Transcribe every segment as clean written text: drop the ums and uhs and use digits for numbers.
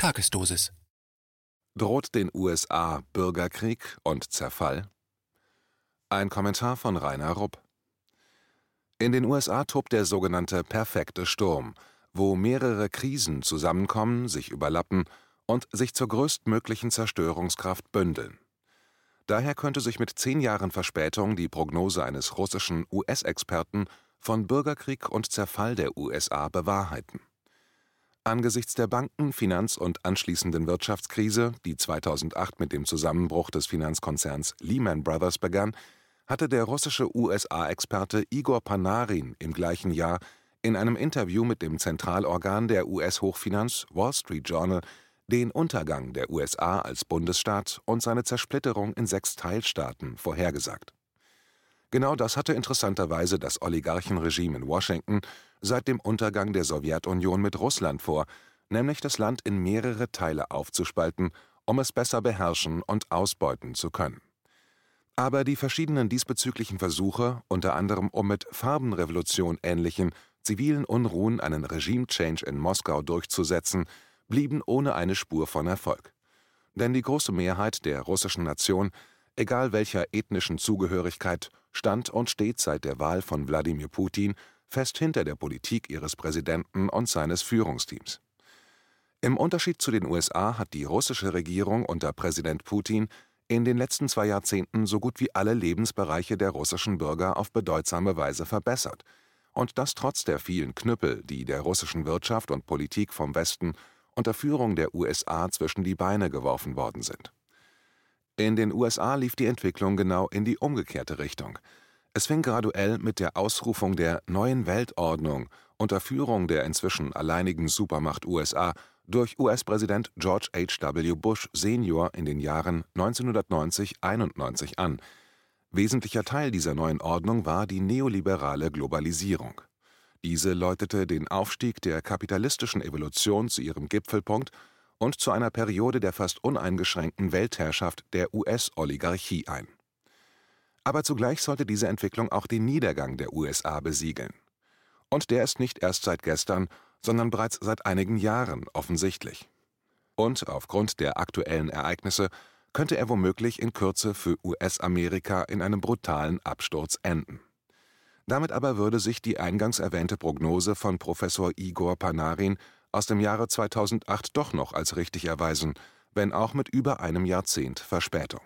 Tagesdosis. Droht den USA Bürgerkrieg und Zerfall? Ein Kommentar von Rainer Rupp. In den USA tobt der sogenannte perfekte Sturm, wo mehrere Krisen zusammenkommen, sich überlappen und sich zur größtmöglichen Zerstörungskraft bündeln. Daher könnte sich mit 10 Jahren Verspätung die Prognose eines russischen US-Experten von Bürgerkrieg und Zerfall der USA bewahrheiten. Angesichts der Banken-, Finanz- und anschließenden Wirtschaftskrise, die 2008 mit dem Zusammenbruch des Finanzkonzerns Lehman Brothers begann, hatte der russische USA-Experte Igor Panarin im gleichen Jahr in einem Interview mit dem Zentralorgan der US-Hochfinanz Wall Street Journal den Untergang der USA als Bundesstaat und seine Zersplitterung in 6 Teilstaaten vorhergesagt. Genau das hatte interessanterweise das Oligarchenregime in Washington seit dem Untergang der Sowjetunion mit Russland vor, nämlich das Land in mehrere Teile aufzuspalten, um es besser beherrschen und ausbeuten zu können. Aber die verschiedenen diesbezüglichen Versuche, unter anderem um mit Farbenrevolution ähnlichen zivilen Unruhen einen Regime-Change in Moskau durchzusetzen, blieben ohne eine Spur von Erfolg. Denn die große Mehrheit der russischen Nation, egal welcher ethnischen Zugehörigkeit, stand und steht seit der Wahl von Wladimir Putin fest hinter der Politik ihres Präsidenten und seines Führungsteams. Im Unterschied zu den USA hat die russische Regierung unter Präsident Putin in den letzten 2 Jahrzehnten so gut wie alle Lebensbereiche der russischen Bürger auf bedeutsame Weise verbessert. Und das trotz der vielen Knüppel, die der russischen Wirtschaft und Politik vom Westen unter Führung der USA zwischen die Beine geworfen worden sind. In den USA lief die Entwicklung genau in die umgekehrte Richtung. Es fing graduell mit der Ausrufung der Neuen Weltordnung unter Führung der inzwischen alleinigen Supermacht USA durch US-Präsident George H.W. Bush Senior in den Jahren 1990-91 an. Wesentlicher Teil dieser neuen Ordnung war die neoliberale Globalisierung. Diese läutete den Aufstieg der kapitalistischen Evolution zu ihrem Gipfelpunkt und zu einer Periode der fast uneingeschränkten Weltherrschaft der US-Oligarchie ein. Aber zugleich sollte diese Entwicklung auch den Niedergang der USA besiegeln. Und der ist nicht erst seit gestern, sondern bereits seit einigen Jahren offensichtlich. Und aufgrund der aktuellen Ereignisse könnte er womöglich in Kürze für US-Amerika in einem brutalen Absturz enden. Damit aber würde sich die eingangs erwähnte Prognose von Professor Igor Panarin aus dem Jahre 2008 doch noch als richtig erweisen, wenn auch mit über einem Jahrzehnt Verspätung.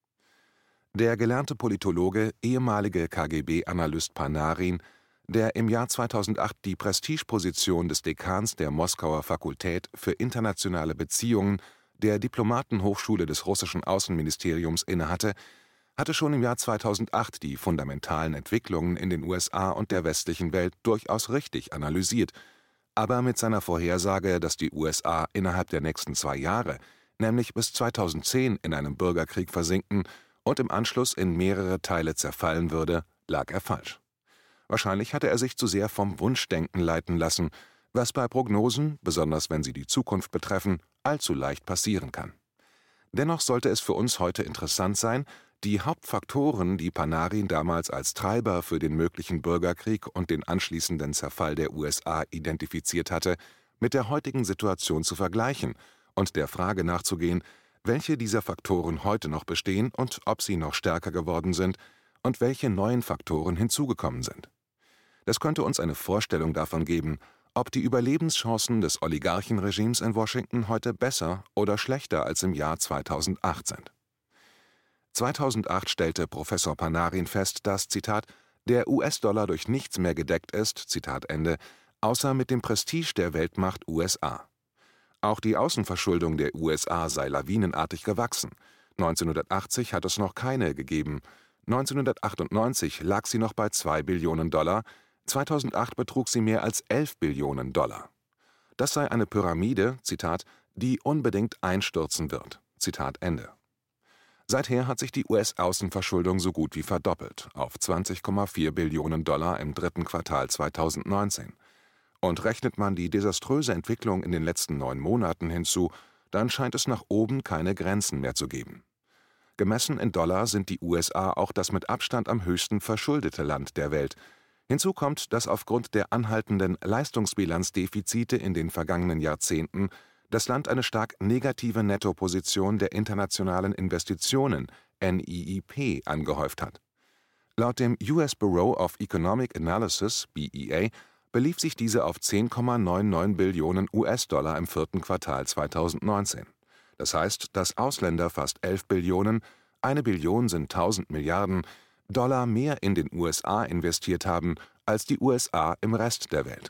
Der gelernte Politologe, ehemalige KGB-Analyst Panarin, der im Jahr 2008 die Prestigeposition des Dekans der Moskauer Fakultät für internationale Beziehungen der Diplomatenhochschule des russischen Außenministeriums innehatte, hatte schon im Jahr 2008 die fundamentalen Entwicklungen in den USA und der westlichen Welt durchaus richtig analysiert, aber mit seiner Vorhersage, dass die USA innerhalb der nächsten 2 Jahre, nämlich bis 2010, in einem Bürgerkrieg versinken und im Anschluss in mehrere Teile zerfallen würde, lag er falsch. Wahrscheinlich hatte er sich zu sehr vom Wunschdenken leiten lassen, was bei Prognosen, besonders wenn sie die Zukunft betreffen, allzu leicht passieren kann. Dennoch sollte es für uns heute interessant sein, die Hauptfaktoren, die Panarin damals als Treiber für den möglichen Bürgerkrieg und den anschließenden Zerfall der USA identifiziert hatte, mit der heutigen Situation zu vergleichen und der Frage nachzugehen, welche dieser Faktoren heute noch bestehen und ob sie noch stärker geworden sind und welche neuen Faktoren hinzugekommen sind. Das könnte uns eine Vorstellung davon geben, ob die Überlebenschancen des Oligarchenregimes in Washington heute besser oder schlechter als im Jahr 2008 sind. 2008 stellte Professor Panarin fest, dass, Zitat, der US-Dollar durch nichts mehr gedeckt ist, Zitat Ende, außer mit dem Prestige der Weltmacht USA. Auch die Außenverschuldung der USA sei lawinenartig gewachsen. 1980 hat es noch keine gegeben. 1998 lag sie noch bei 2 Billionen Dollar, 2008 betrug sie mehr als 11 Billionen Dollar. Das sei eine Pyramide, Zitat, die unbedingt einstürzen wird, Zitat Ende. Seither hat sich die US-Außenverschuldung so gut wie verdoppelt, auf 20,4 Billionen Dollar im 3. Quartal 2019. Und rechnet man die desaströse Entwicklung in den letzten 9 Monaten hinzu, dann scheint es nach oben keine Grenzen mehr zu geben. Gemessen in Dollar sind die USA auch das mit Abstand am höchsten verschuldete Land der Welt. Hinzu kommt, dass aufgrund der anhaltenden Leistungsbilanzdefizite in den vergangenen Jahrzehnten das Land eine stark negative Nettoposition der internationalen Investitionen (NIIP) angehäuft hat. Laut dem US Bureau of Economic Analysis (BEA) belief sich diese auf 10,99 Billionen US-Dollar im vierten Quartal 2019. Das heißt, dass Ausländer fast 11 Billionen, 1 Billion sind 1000 Milliarden, Dollar mehr in den USA investiert haben als die USA im Rest der Welt.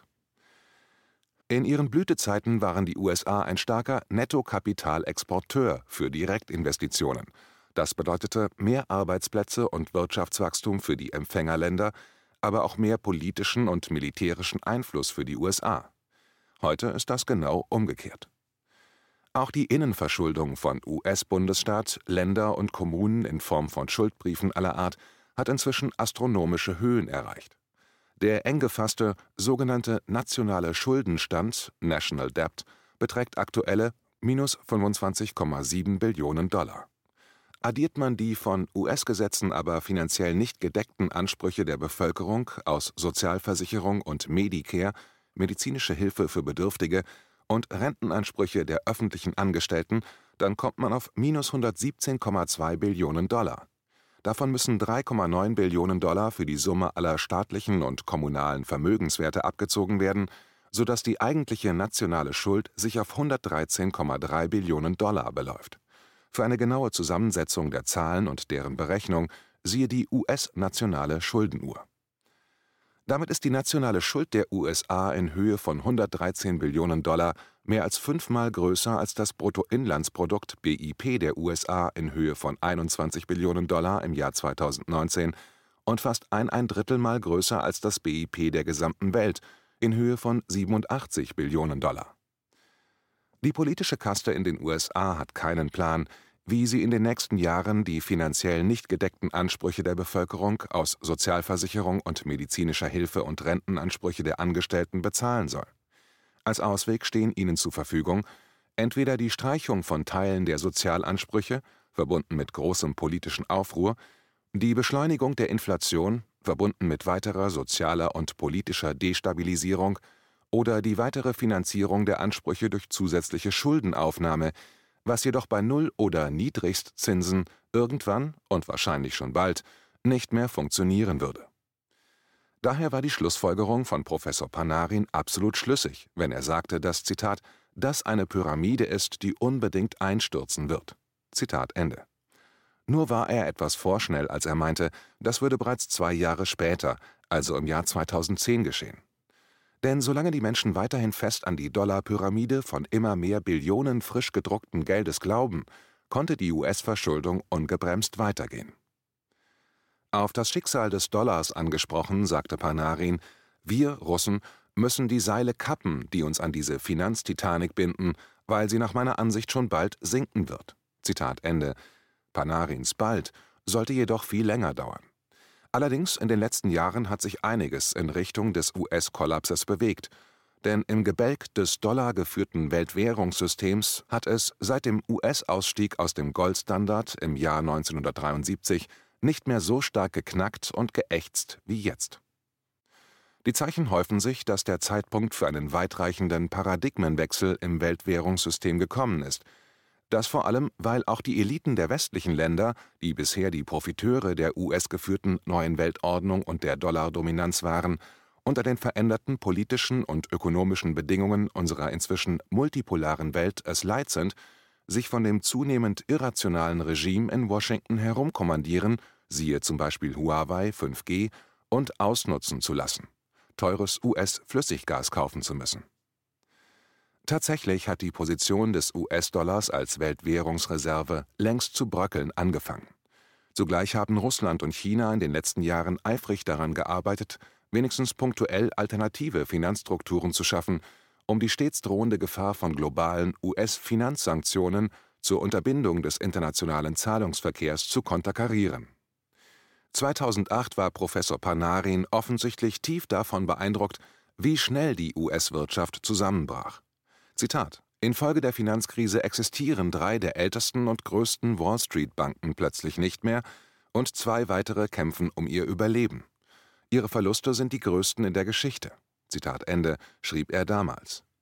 In ihren Blütezeiten waren die USA ein starker Nettokapitalexporteur für Direktinvestitionen. Das bedeutete mehr Arbeitsplätze und Wirtschaftswachstum für die Empfängerländer, aber auch mehr politischen und militärischen Einfluss für die USA. Heute ist das genau umgekehrt. Auch die Innenverschuldung von US-Bundesstaat, Länder und Kommunen in Form von Schuldbriefen aller Art hat inzwischen astronomische Höhen erreicht. Der eng gefasste sogenannte nationale Schuldenstand (National Debt) beträgt aktuelle minus 25,7 Billionen Dollar. Addiert man die von US-Gesetzen aber finanziell nicht gedeckten Ansprüche der Bevölkerung aus Sozialversicherung und Medicare, medizinische Hilfe für Bedürftige, und Rentenansprüche der öffentlichen Angestellten, dann kommt man auf minus 117,2 Billionen Dollar. Davon müssen 3,9 Billionen Dollar für die Summe aller staatlichen und kommunalen Vermögenswerte abgezogen werden, sodass die eigentliche nationale Schuld sich auf 113,3 Billionen Dollar beläuft. Für eine genaue Zusammensetzung der Zahlen und deren Berechnung siehe die US-nationale Schuldenuhr. Damit ist die nationale Schuld der USA in Höhe von 113 Billionen Dollar mehr als 5-mal größer als das Bruttoinlandsprodukt (BIP) der USA in Höhe von 21 Billionen Dollar im Jahr 2019 und fast ein Drittelmal größer als das BIP der gesamten Welt in Höhe von 87 Billionen Dollar. Die politische Kaste in den USA hat keinen Plan, wie sie in den nächsten Jahren die finanziell nicht gedeckten Ansprüche der Bevölkerung aus Sozialversicherung und medizinischer Hilfe und Rentenansprüche der Angestellten bezahlen soll. Als Ausweg stehen ihnen zur Verfügung entweder die Streichung von Teilen der Sozialansprüche, verbunden mit großem politischen Aufruhr, die Beschleunigung der Inflation, verbunden mit weiterer sozialer und politischer Destabilisierung, oder die weitere Finanzierung der Ansprüche durch zusätzliche Schuldenaufnahme, was jedoch bei Null- oder Niedrigstzinsen irgendwann und wahrscheinlich schon bald nicht mehr funktionieren würde. Daher war die Schlussfolgerung von Professor Panarin absolut schlüssig, wenn er sagte, dass, Zitat, das eine Pyramide ist, die unbedingt einstürzen wird. Zitat Ende. Nur war er etwas vorschnell, als er meinte, das würde bereits 2 Jahre später, also im Jahr 2010 geschehen. Denn solange die Menschen weiterhin fest an die Dollarpyramide von immer mehr Billionen frisch gedruckten Geldes glauben, konnte die US-Verschuldung ungebremst weitergehen. Auf das Schicksal des Dollars angesprochen, sagte Panarin, wir Russen müssen die Seile kappen, die uns an diese Finanztitanic binden, weil sie nach meiner Ansicht schon bald sinken wird. Zitat Ende. Panarins bald sollte jedoch viel länger dauern. Allerdings in den letzten Jahren hat sich einiges in Richtung des US-Kollapses bewegt, denn im Gebälk des dollargeführten Weltwährungssystems hat es seit dem US-Ausstieg aus dem Goldstandard im Jahr 1973 nicht mehr so stark geknackt und geächzt wie jetzt. Die Zeichen häufen sich, dass der Zeitpunkt für einen weitreichenden Paradigmenwechsel im Weltwährungssystem gekommen ist. Das vor allem, weil auch die Eliten der westlichen Länder, die bisher die Profiteure der US-geführten neuen Weltordnung und der Dollardominanz waren, unter den veränderten politischen und ökonomischen Bedingungen unserer inzwischen multipolaren Welt es leid sind, sich von dem zunehmend irrationalen Regime in Washington herumkommandieren, siehe zum Beispiel Huawei, 5G, und ausnutzen zu lassen, teures US-Flüssiggas kaufen zu müssen. Tatsächlich hat die Position des US-Dollars als Weltwährungsreserve längst zu bröckeln angefangen. Zugleich haben Russland und China in den letzten Jahren eifrig daran gearbeitet, wenigstens punktuell alternative Finanzstrukturen zu schaffen, um die stets drohende Gefahr von globalen US-Finanzsanktionen zur Unterbindung des internationalen Zahlungsverkehrs zu konterkarieren. 2008 war Professor Panarin offensichtlich tief davon beeindruckt, wie schnell die US-Wirtschaft zusammenbrach. Zitat: Infolge der Finanzkrise existieren 3 der ältesten und größten Wall-Street-Banken plötzlich nicht mehr und 2 weitere kämpfen um ihr Überleben. Ihre Verluste sind die größten in der Geschichte. Zitat Ende, schrieb er damals.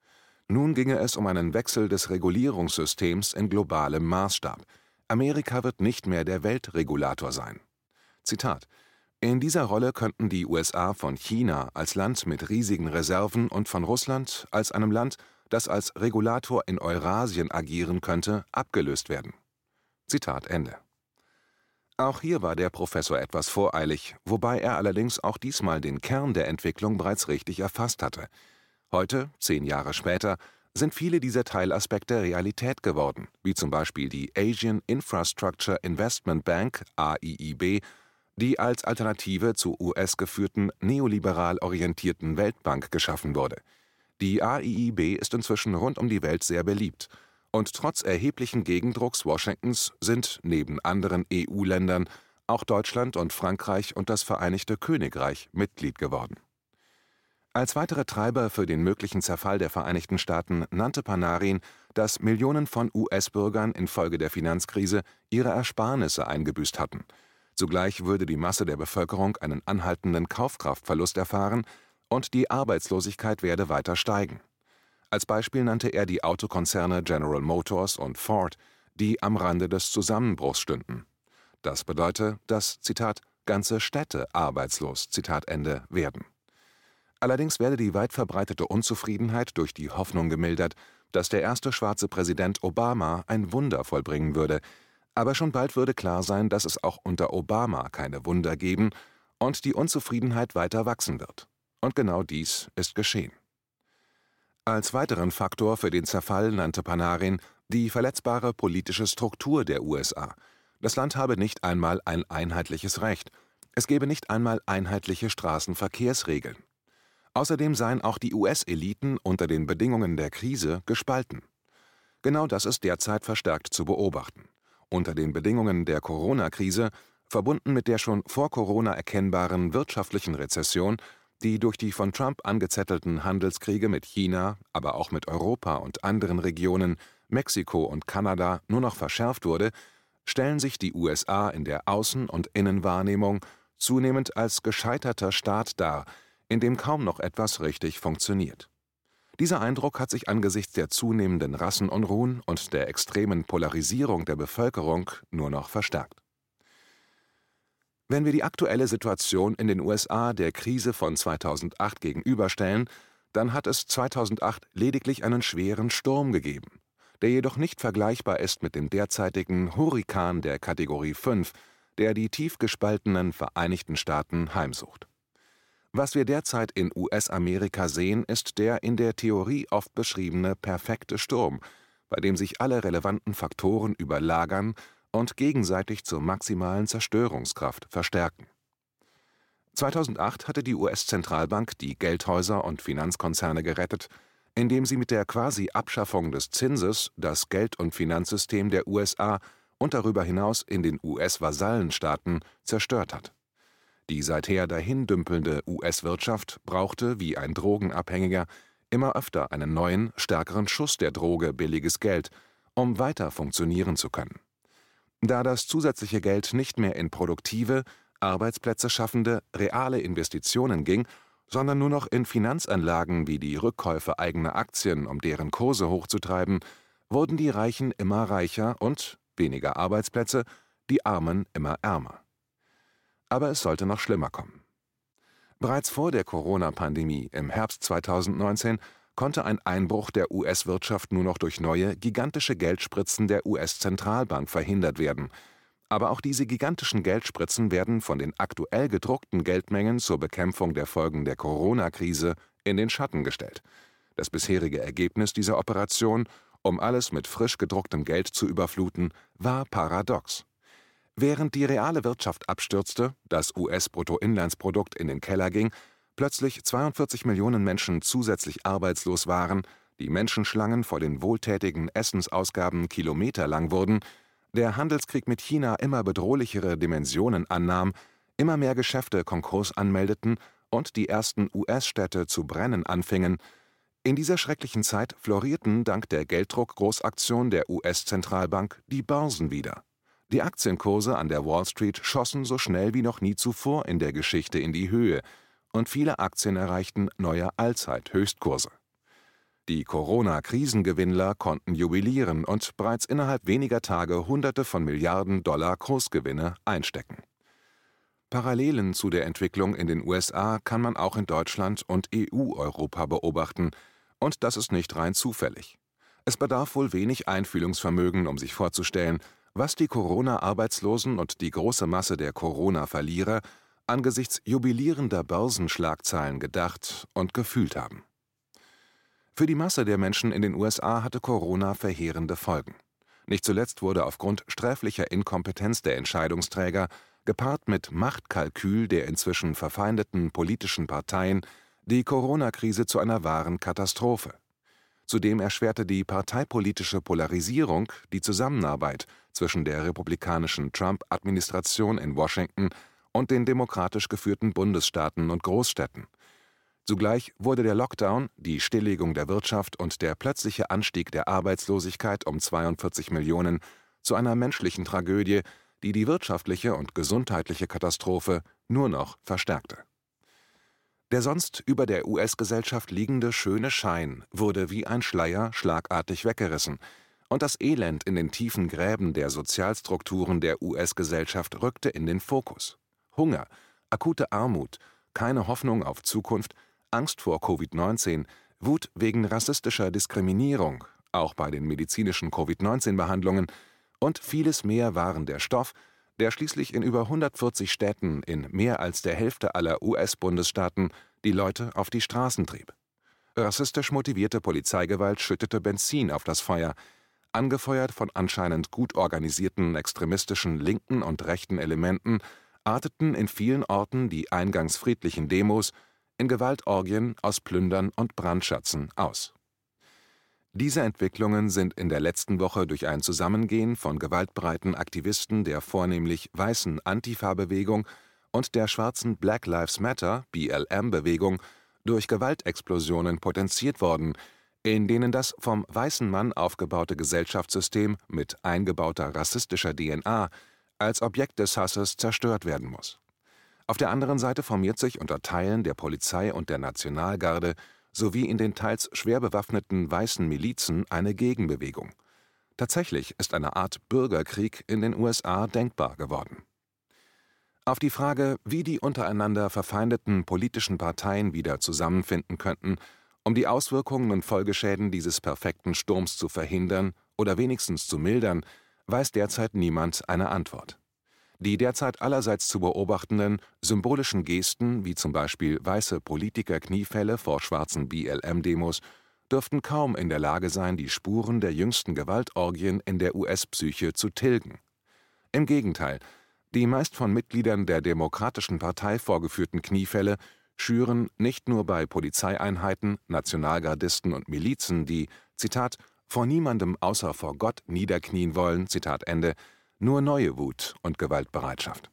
Nun ginge es um einen Wechsel des Regulierungssystems in globalem Maßstab. Amerika wird nicht mehr der Weltregulator sein. Zitat: In dieser Rolle könnten die USA von China als Land mit riesigen Reserven und von Russland als einem Land, das als Regulator in Eurasien agieren könnte, abgelöst werden. Zitat Ende. Auch hier war der Professor etwas voreilig, wobei er allerdings auch diesmal den Kern der Entwicklung bereits richtig erfasst hatte. Heute, 10 Jahre später, sind viele dieser Teilaspekte Realität geworden, wie zum Beispiel die Asian Infrastructure Investment Bank (AIIB), die als Alternative zur US-geführten neoliberal orientierten Weltbank geschaffen wurde. Die AIIB ist inzwischen rund um die Welt sehr beliebt. Und trotz erheblichen Gegendrucks Washingtons sind neben anderen EU-Ländern auch Deutschland und Frankreich und das Vereinigte Königreich Mitglied geworden. Als weitere Treiber für den möglichen Zerfall der Vereinigten Staaten nannte Panarin, dass Millionen von US-Bürgern infolge der Finanzkrise ihre Ersparnisse eingebüßt hatten. Zugleich würde die Masse der Bevölkerung einen anhaltenden Kaufkraftverlust erfahren und die Arbeitslosigkeit werde weiter steigen. Als Beispiel nannte er die Autokonzerne General Motors und Ford, die am Rande des Zusammenbruchs stünden. Das bedeute, dass, Zitat, ganze Städte arbeitslos, Zitat Ende, werden. Allerdings werde die weit verbreitete Unzufriedenheit durch die Hoffnung gemildert, dass der erste schwarze Präsident Obama ein Wunder vollbringen würde. Aber schon bald würde klar sein, dass es auch unter Obama keine Wunder geben und die Unzufriedenheit weiter wachsen wird. Und genau dies ist geschehen. Als weiteren Faktor für den Zerfall nannte Panarin die verletzbare politische Struktur der USA. Das Land habe nicht einmal ein einheitliches Recht. Es gebe nicht einmal einheitliche Straßenverkehrsregeln. Außerdem seien auch die US-Eliten unter den Bedingungen der Krise gespalten. Genau das ist derzeit verstärkt zu beobachten. Unter den Bedingungen der Corona-Krise, verbunden mit der schon vor Corona erkennbaren wirtschaftlichen Rezession, die durch die von Trump angezettelten Handelskriege mit China, aber auch mit Europa und anderen Regionen, Mexiko und Kanada nur noch verschärft wurde, stellen sich die USA in der Außen- und Innenwahrnehmung zunehmend als gescheiterter Staat dar, in dem kaum noch etwas richtig funktioniert. Dieser Eindruck hat sich angesichts der zunehmenden Rassenunruhen und der extremen Polarisierung der Bevölkerung nur noch verstärkt. Wenn wir die aktuelle Situation in den USA der Krise von 2008 gegenüberstellen, dann hat es 2008 lediglich einen schweren Sturm gegeben, der jedoch nicht vergleichbar ist mit dem derzeitigen Hurrikan der Kategorie 5, der die tief gespaltenen Vereinigten Staaten heimsucht. Was wir derzeit in US-Amerika sehen, ist der in der Theorie oft beschriebene perfekte Sturm, bei dem sich alle relevanten Faktoren überlagern und gegenseitig zur maximalen Zerstörungskraft verstärken. 2008 hatte die US-Zentralbank die Geldhäuser und Finanzkonzerne gerettet, indem sie mit der Quasi-Abschaffung des Zinses das Geld- und Finanzsystem der USA und darüber hinaus in den US-Vasallenstaaten zerstört hat. Die seither dahindümpelnde US-Wirtschaft brauchte, wie ein Drogenabhängiger, immer öfter einen neuen, stärkeren Schuss der Droge billiges Geld, um weiter funktionieren zu können. Da das zusätzliche Geld nicht mehr in produktive, Arbeitsplätze schaffende, reale Investitionen ging, sondern nur noch in Finanzanlagen wie die Rückkäufe eigener Aktien, um deren Kurse hochzutreiben, wurden die Reichen immer reicher und, weniger Arbeitsplätze, die Armen immer ärmer. Aber es sollte noch schlimmer kommen. Bereits vor der Corona-Pandemie im Herbst 2019 konnte ein Einbruch der US-Wirtschaft nur noch durch neue, gigantische Geldspritzen der US-Zentralbank verhindert werden. Aber auch diese gigantischen Geldspritzen werden von den aktuell gedruckten Geldmengen zur Bekämpfung der Folgen der Corona-Krise in den Schatten gestellt. Das bisherige Ergebnis dieser Operation, um alles mit frisch gedrucktem Geld zu überfluten, war paradox. Während die reale Wirtschaft abstürzte, das US-Bruttoinlandsprodukt in den Keller ging, plötzlich 42 Millionen Menschen zusätzlich arbeitslos waren, die Menschenschlangen vor den wohltätigen Essensausgaben kilometerlang wurden, der Handelskrieg mit China immer bedrohlichere Dimensionen annahm, immer mehr Geschäfte Konkurs anmeldeten und die ersten US-Städte zu brennen anfingen. In dieser schrecklichen Zeit florierten dank der Gelddruck-Großaktion der US-Zentralbank die Börsen wieder. Die Aktienkurse an der Wall Street schossen so schnell wie noch nie zuvor in der Geschichte in die Höhe und viele Aktien erreichten neue Allzeithöchstkurse. Die Corona-Krisengewinnler konnten jubilieren und bereits innerhalb weniger Tage Hunderte von Milliarden Dollar Kursgewinne einstecken. Parallelen zu der Entwicklung in den USA kann man auch in Deutschland und EU-Europa beobachten, und das ist nicht rein zufällig. Es bedarf wohl wenig Einfühlungsvermögen, um sich vorzustellen, was die Corona-Arbeitslosen und die große Masse der Corona-Verlierer angesichts jubilierender Börsenschlagzeilen gedacht und gefühlt haben. Für die Masse der Menschen in den USA hatte Corona verheerende Folgen. Nicht zuletzt wurde aufgrund sträflicher Inkompetenz der Entscheidungsträger, gepaart mit Machtkalkül der inzwischen verfeindeten politischen Parteien, die Corona-Krise zu einer wahren Katastrophe. Zudem erschwerte die parteipolitische Polarisierung die Zusammenarbeit zwischen der republikanischen Trump-Administration in Washington und den demokratisch geführten Bundesstaaten und Großstädten. Zugleich wurde der Lockdown, die Stilllegung der Wirtschaft und der plötzliche Anstieg der Arbeitslosigkeit um 42 Millionen zu einer menschlichen Tragödie, die die wirtschaftliche und gesundheitliche Katastrophe nur noch verstärkte. Der sonst über der US-Gesellschaft liegende schöne Schein wurde wie ein Schleier schlagartig weggerissen, und das Elend in den tiefen Gräben der Sozialstrukturen der US-Gesellschaft rückte in den Fokus. Hunger, akute Armut, keine Hoffnung auf Zukunft, Angst vor Covid-19, Wut wegen rassistischer Diskriminierung, auch bei den medizinischen Covid-19-Behandlungen, und vieles mehr waren der Stoff, der schließlich in über 140 Städten in mehr als der Hälfte aller US-Bundesstaaten die Leute auf die Straßen trieb. Rassistisch motivierte Polizeigewalt schüttete Benzin auf das Feuer, angefeuert von anscheinend gut organisierten extremistischen linken und rechten Elementen, arteten in vielen Orten die eingangs friedlichen Demos in Gewaltorgien aus Plündern und Brandschatzen aus. Diese Entwicklungen sind in der letzten Woche durch ein Zusammengehen von gewaltbereiten Aktivisten der vornehmlich weißen Antifa-Bewegung und der schwarzen Black Lives Matter (BLM)-Bewegung durch Gewaltexplosionen potenziert worden, in denen das vom weißen Mann aufgebaute Gesellschaftssystem mit eingebauter rassistischer DNA als Objekt des Hasses zerstört werden muss. Auf der anderen Seite formiert sich unter Teilen der Polizei und der Nationalgarde sowie in den teils schwer bewaffneten weißen Milizen eine Gegenbewegung. Tatsächlich ist eine Art Bürgerkrieg in den USA denkbar geworden. Auf die Frage, wie die untereinander verfeindeten politischen Parteien wieder zusammenfinden könnten, um die Auswirkungen und Folgeschäden dieses perfekten Sturms zu verhindern oder wenigstens zu mildern, weiß derzeit niemand eine Antwort. Die derzeit allerseits zu beobachtenden symbolischen Gesten, wie zum Beispiel weiße Politiker-Kniefälle vor schwarzen BLM-Demos, dürften kaum in der Lage sein, die Spuren der jüngsten Gewaltorgien in der US-Psyche zu tilgen. Im Gegenteil, die meist von Mitgliedern der Demokratischen Partei vorgeführten Kniefälle schüren nicht nur bei Polizeieinheiten, Nationalgardisten und Milizen, die, Zitat, vor niemandem außer vor Gott niederknien wollen, Zitat Ende, nur neue Wut und Gewaltbereitschaft.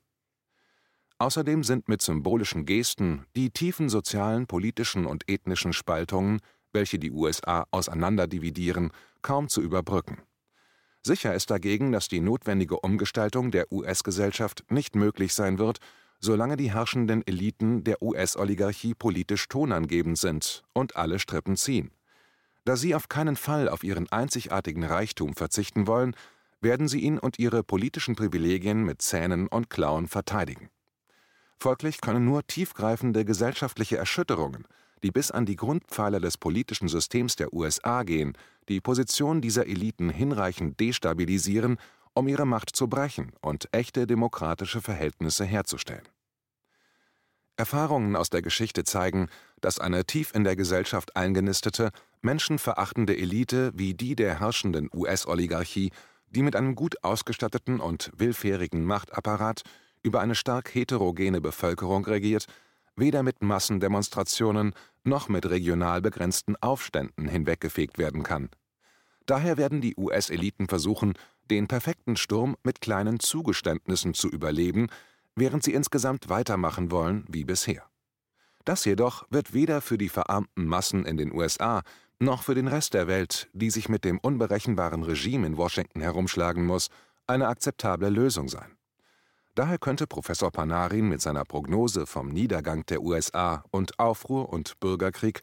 Außerdem sind mit symbolischen Gesten die tiefen sozialen, politischen und ethnischen Spaltungen, welche die USA auseinanderdividieren, kaum zu überbrücken. Sicher ist dagegen, dass die notwendige Umgestaltung der US-Gesellschaft nicht möglich sein wird, solange die herrschenden Eliten der US-Oligarchie politisch tonangebend sind und alle Strippen ziehen. Da sie auf keinen Fall auf ihren einzigartigen Reichtum verzichten wollen, werden sie ihn und ihre politischen Privilegien mit Zähnen und Klauen verteidigen. Folglich können nur tiefgreifende gesellschaftliche Erschütterungen, die bis an die Grundpfeiler des politischen Systems der USA gehen, die Position dieser Eliten hinreichend destabilisieren, um ihre Macht zu brechen und echte demokratische Verhältnisse herzustellen. Erfahrungen aus der Geschichte zeigen, dass eine tief in der Gesellschaft eingenistete, menschenverachtende Elite wie die der herrschenden US-Oligarchie, die mit einem gut ausgestatteten und willfährigen Machtapparat über eine stark heterogene Bevölkerung regiert, weder mit Massendemonstrationen noch mit regional begrenzten Aufständen hinweggefegt werden kann. Daher werden die US-Eliten versuchen, den perfekten Sturm mit kleinen Zugeständnissen zu überleben, während sie insgesamt weitermachen wollen wie bisher. Das jedoch wird weder für die verarmten Massen in den USA noch für den Rest der Welt, die sich mit dem unberechenbaren Regime in Washington herumschlagen muss, eine akzeptable Lösung sein. Daher könnte Professor Panarin mit seiner Prognose vom Niedergang der USA und Aufruhr und Bürgerkrieg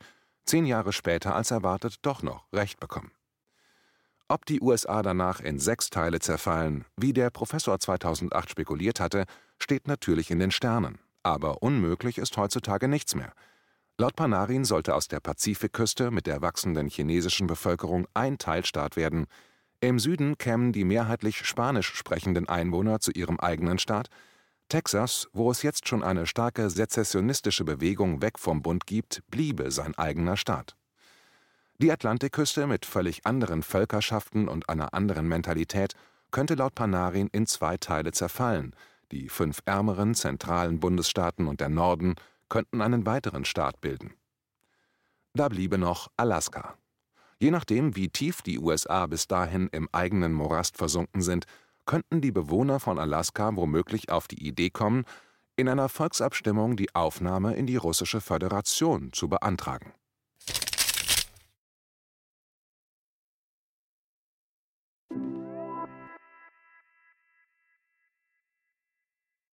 10 Jahre später als erwartet doch noch Recht bekommen. Ob die USA danach in 6 Teile zerfallen, wie der Professor 2008 spekuliert hatte, steht natürlich in den Sternen. Aber unmöglich ist heutzutage nichts mehr. Laut Panarin sollte aus der Pazifikküste mit der wachsenden chinesischen Bevölkerung ein Teilstaat werden. Im Süden kämen die mehrheitlich spanisch sprechenden Einwohner zu ihrem eigenen Staat. Texas, wo es jetzt schon eine starke sezessionistische Bewegung weg vom Bund gibt, bliebe sein eigener Staat. Die Atlantikküste mit völlig anderen Völkerschaften und einer anderen Mentalität könnte laut Panarin in 2 Teile zerfallen. Die 5 ärmeren zentralen Bundesstaaten und der Norden könnten einen weiteren Staat bilden. Da bliebe noch Alaska. Je nachdem, wie tief die USA bis dahin im eigenen Morast versunken sind, könnten die Bewohner von Alaska womöglich auf die Idee kommen, in einer Volksabstimmung die Aufnahme in die Russische Föderation zu beantragen.